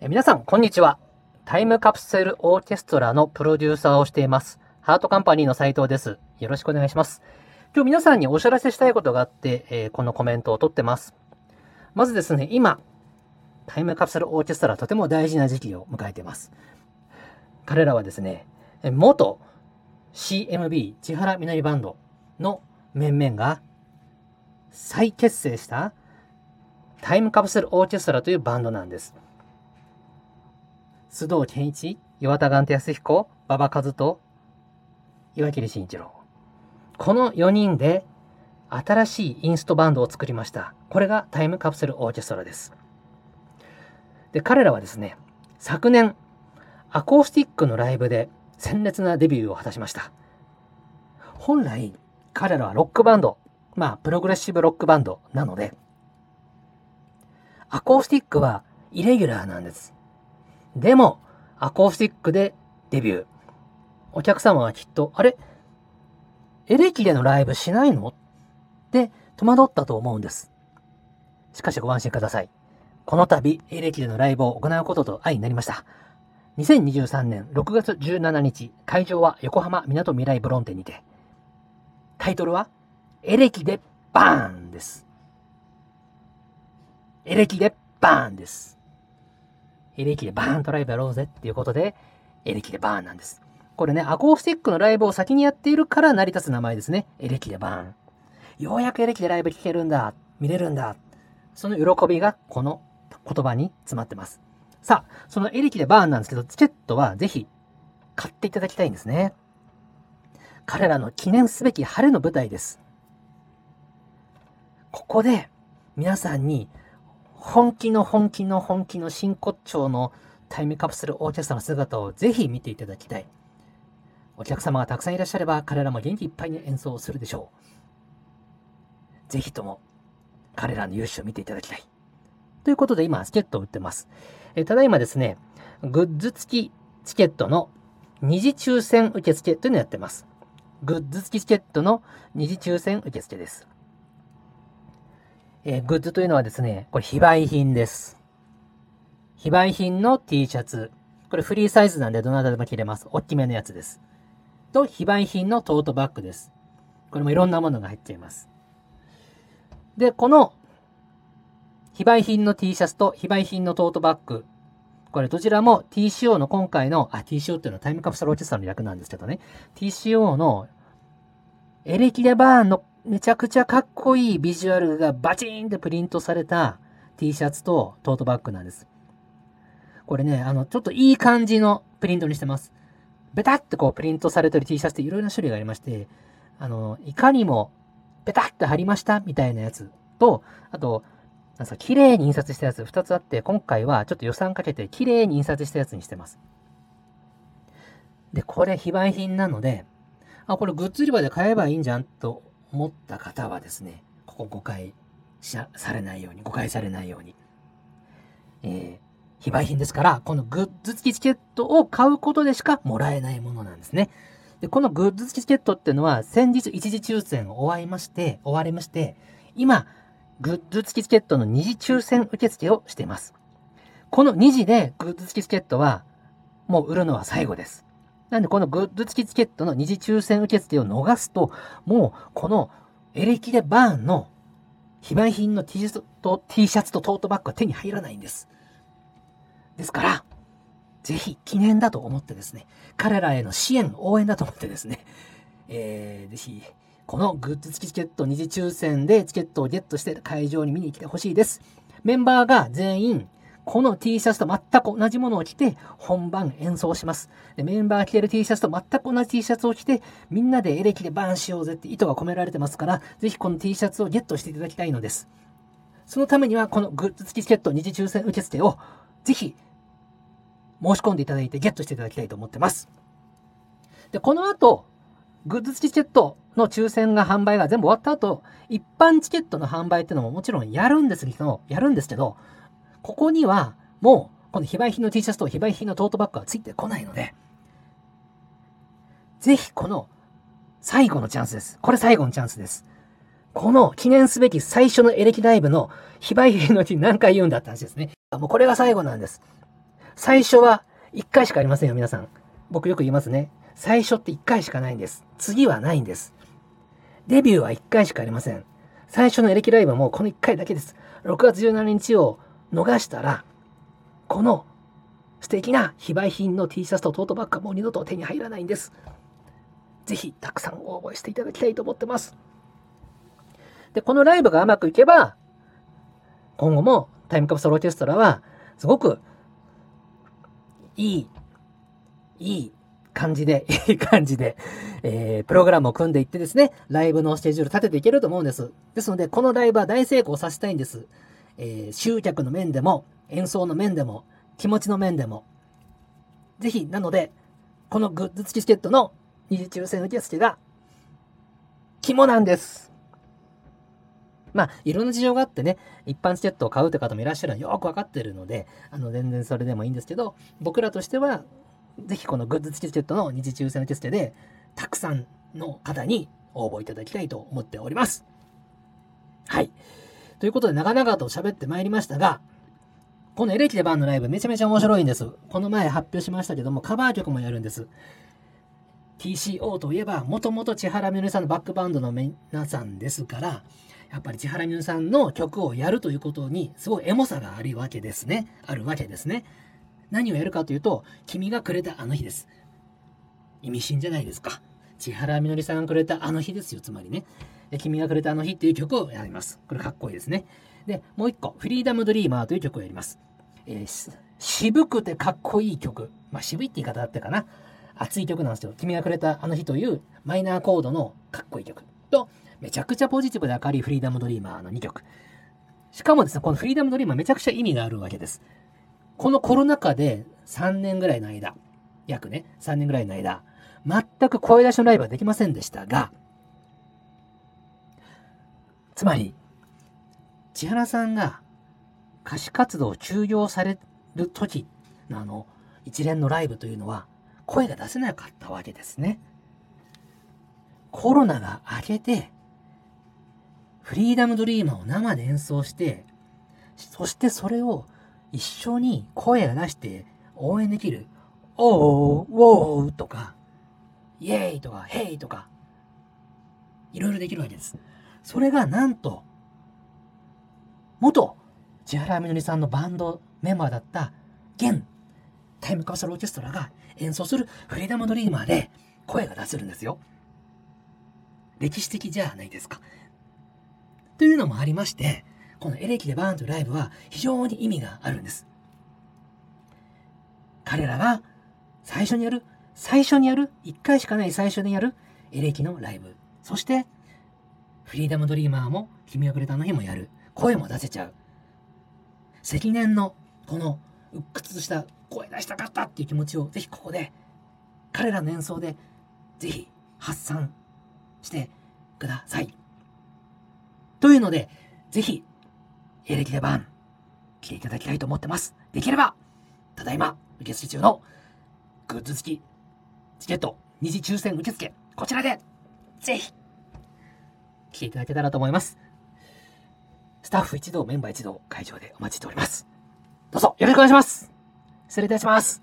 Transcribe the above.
皆さん、こんにちは。タイムカプセルオーケストラのプロデューサーをしています。ハートカンパニーの斉藤です。よろしくお願いします。今日皆さんにお知らせしたいことがあって、このコメントを取ってます。まずですね、今、タイムカプセルオーケストラとても大事な時期を迎えています。彼らはですね、元 CMB 千原みのりバンドの面々が再結成したタイムカプセルオーケストラというバンドなんです。須藤健一、岩田雁太康彦、馬場和人、岩切慎一郎。この4人で新しいインストバンドを作りました。これがタイムカプセルオーケストラです。で、彼らはですね、昨年、アコースティックのライブで鮮烈なデビューを果たしました。本来、彼らはロックバンド、プログレッシブロックバンドなので、アコースティックはイレギュラーなんです。でも、アコースティックでデビュー。お客様はきっと、あれ？エレキでのライブしないの？って戸惑ったと思うんです。しかしご安心ください。この度、エレキでのライブを行うことと相なりました。2023年6月17日、会場は横浜みなとみらいブロンテにて。タイトルは、エレキでバーンです。エレキでバーンです。エレキでバーンとライブやろうぜっていうことで、エレキでバーンなんです。これね、アコースティックのライブを先にやっているから成り立つ名前ですね。エレキでバーン。ようやくエレキでライブ聴けるんだ。見れるんだ。その喜びがこの言葉に詰まってます。さあ、そのエレキでバーンなんですけど、チケットはぜひ買っていただきたいんですね。彼らの記念すべき晴れの舞台です。ここで皆さんに本気の真骨頂のタイムカプセルオーケストラの姿をぜひ見ていただきたい。お客様がたくさんいらっしゃれば彼らも元気いっぱいに演奏するでしょう。ぜひとも彼らの勇姿を見ていただきたい。ということで今チケットを売ってます。ただいまですね、グッズ付きチケットの二次抽選受付というのをやってます。グッズ付きチケットの二次抽選受付です。グッズというのはですね、これ非売品です。非売品の T シャツ。これフリーサイズなんでどなたでも着れます。大きめのやつです。と、非売品のトートバッグです。これもいろんなものが入っちゃいます。で、この非売品の T シャツと非売品のトートバッグ。これどちらも TCO の今回の、TCO っていうのはタイムカプセルオーケストラの略なんですけどね。TCO のエレキレバーンのめちゃくちゃかっこいいビジュアルがバチーンってプリントされた T シャツとトートバッグなんです。これね、ちょっといい感じのプリントにしてます。ベタってこうプリントされてる T シャツっていろいろな種類がありまして、いかにもベタって貼りましたみたいなやつと、あと、綺麗に印刷したやつ2つあって、今回はちょっと予算かけて綺麗に印刷したやつにしてます。で、これ非売品なので、これグッズ売り場で買えばいいんじゃんと思った方はですね、ここ誤解されないように。非売品ですから、このグッズ付きチケットを買うことでしかもらえないものなんですね。で、このグッズ付きチケットっていうのは、先日一時抽選終わりまして、今、グッズ付きチケットの二次抽選受付をしています。この2次でグッズ付きチケットは、もう売るのは最後です。なんでこのグッズ付きチケットの二次抽選受付を逃すと、もうこのエレキレバーンの非売品の T シャツとトートバッグは手に入らないんです。ですから、ぜひ記念だと思ってですね、彼らへの支援、応援だと思ってですね、ぜひ、このグッズ付きチケット二次抽選でチケットをゲットして会場に見に来てほしいです。メンバーが全員、この T シャツと全く同じものを着て本番演奏します。で、メンバーが着てる T シャツと全く同じ T シャツを着てみんなでエレキでバーンしようぜって意図が込められてますから、ぜひこの T シャツをゲットしていただきたいのです。そのためにはこのグッズ付きチケット二次抽選受付をぜひ申し込んでいただいてゲットしていただきたいと思ってます。で、この後、グッズ付きチケットの抽選が販売が全部終わった後、一般チケットの販売っていうのももちろんやるんですけど、ここにはもうこの非売品の T シャツと非売品のトートバッグはついてこないので、ぜひこの最後のチャンスです。これ最後のチャンスです。この記念すべき最初のエレキライブの非売品のうちに何回言うんだって話ですね。もうこれが最後なんです。 最初は1回しかありませんよ、皆さん。僕よく言いますね。最初って1回しかないんです。次はないんです。デビューは1回しかありません。最初のエレキライブはもうこの1回だけです。6月17日を逃したら、この素敵な非売品の T シャツとトートバッグはもう二度と手に入らないんです。ぜひたくさん応募していただきたいと思ってます。で、このライブがうまくいけば、今後もタイムカプセルオーケストラはすごくいい感じで、プログラムを組んでいってですね、ライブのスケジュール立てていけると思うんです。ですので、このライブは大成功させたいんです。集客の面でも、演奏の面でも、気持ちの面でも。ぜひ、なので、このグッズ付きチケットの二次抽選受付が、肝なんです。まあ、いろんな事情があってね、一般チケットを買うという方もいらっしゃるのはよくわかっているので、全然それでもいいんですけど、僕らとしては、ぜひこのグッズ付きチケットの二次抽選受付で、たくさんの方に応募いただきたいと思っております。はい。ということで、長々と喋ってまいりましたが、このエレキでバンのライブめちゃめちゃ面白いんです。この前発表しましたけども、カバー曲もやるんです。TCO といえば、もともと千原みのりさんのバックバンドの皆さんですから、やっぱり千原みのりさんの曲をやるということに、すごいエモさがあるわけですね。何をやるかというと、君がくれたあの日です。意味深じゃないですか。千原みのりさんがくれたあの日ですよ、つまりね。で、君がくれたあの日っていう曲をやります。これかっこいいですね。で、もう一個、フリーダムドリーマーという曲をやります。渋くてかっこいい曲。まあ、渋いって言い方だったかな。熱い曲なんですよ。君がくれたあの日というマイナーコードのかっこいい曲と、めちゃくちゃポジティブで明るいフリーダムドリーマーの2曲。しかもですね、このフリーダムドリーマーめちゃくちゃ意味があるわけです。このコロナ禍で3年ぐらいの間、約ね、3年ぐらいの間、全く声出しのライブはできませんでしたが、つまり、千原さんが歌手活動を休業される時の一連のライブというのは、声が出せなかったわけですね。コロナが明けて、フリーダムドリーマーを生で演奏して、そしてそれを一緒に声が出して応援できる、おー、ウォーとか、イエーイとか、ヘイとか、いろいろできるわけです。それがなんと、元千原みのりさんのバンドメンバーだった現タイムカプセルオーケストラが演奏するフリーダムドリーマーで声が出せるんですよ。歴史的じゃないですか。というのもありまして、このエレキでバーンというライブは非常に意味があるんです。彼らが最初にやる、1回しかない最初にやるエレキのライブ。そして、フリーダムドリーマーも君がくれたあの日もやる。声も出せちゃう。積年のこの鬱屈した声出したかったっていう気持ちをぜひここで、彼らの演奏でぜひ発散してください。というので、ぜひ、エレキでバン、来ていただきたいと思ってます。できれば、ただいま、受付中のグッズ付きチケット二次抽選受付、こちらで、ぜひ、来ていただけたらと思います。スタッフ一同、メンバー一同、会場でお待ちしております。どうぞよろしくお願いします。失礼いたします。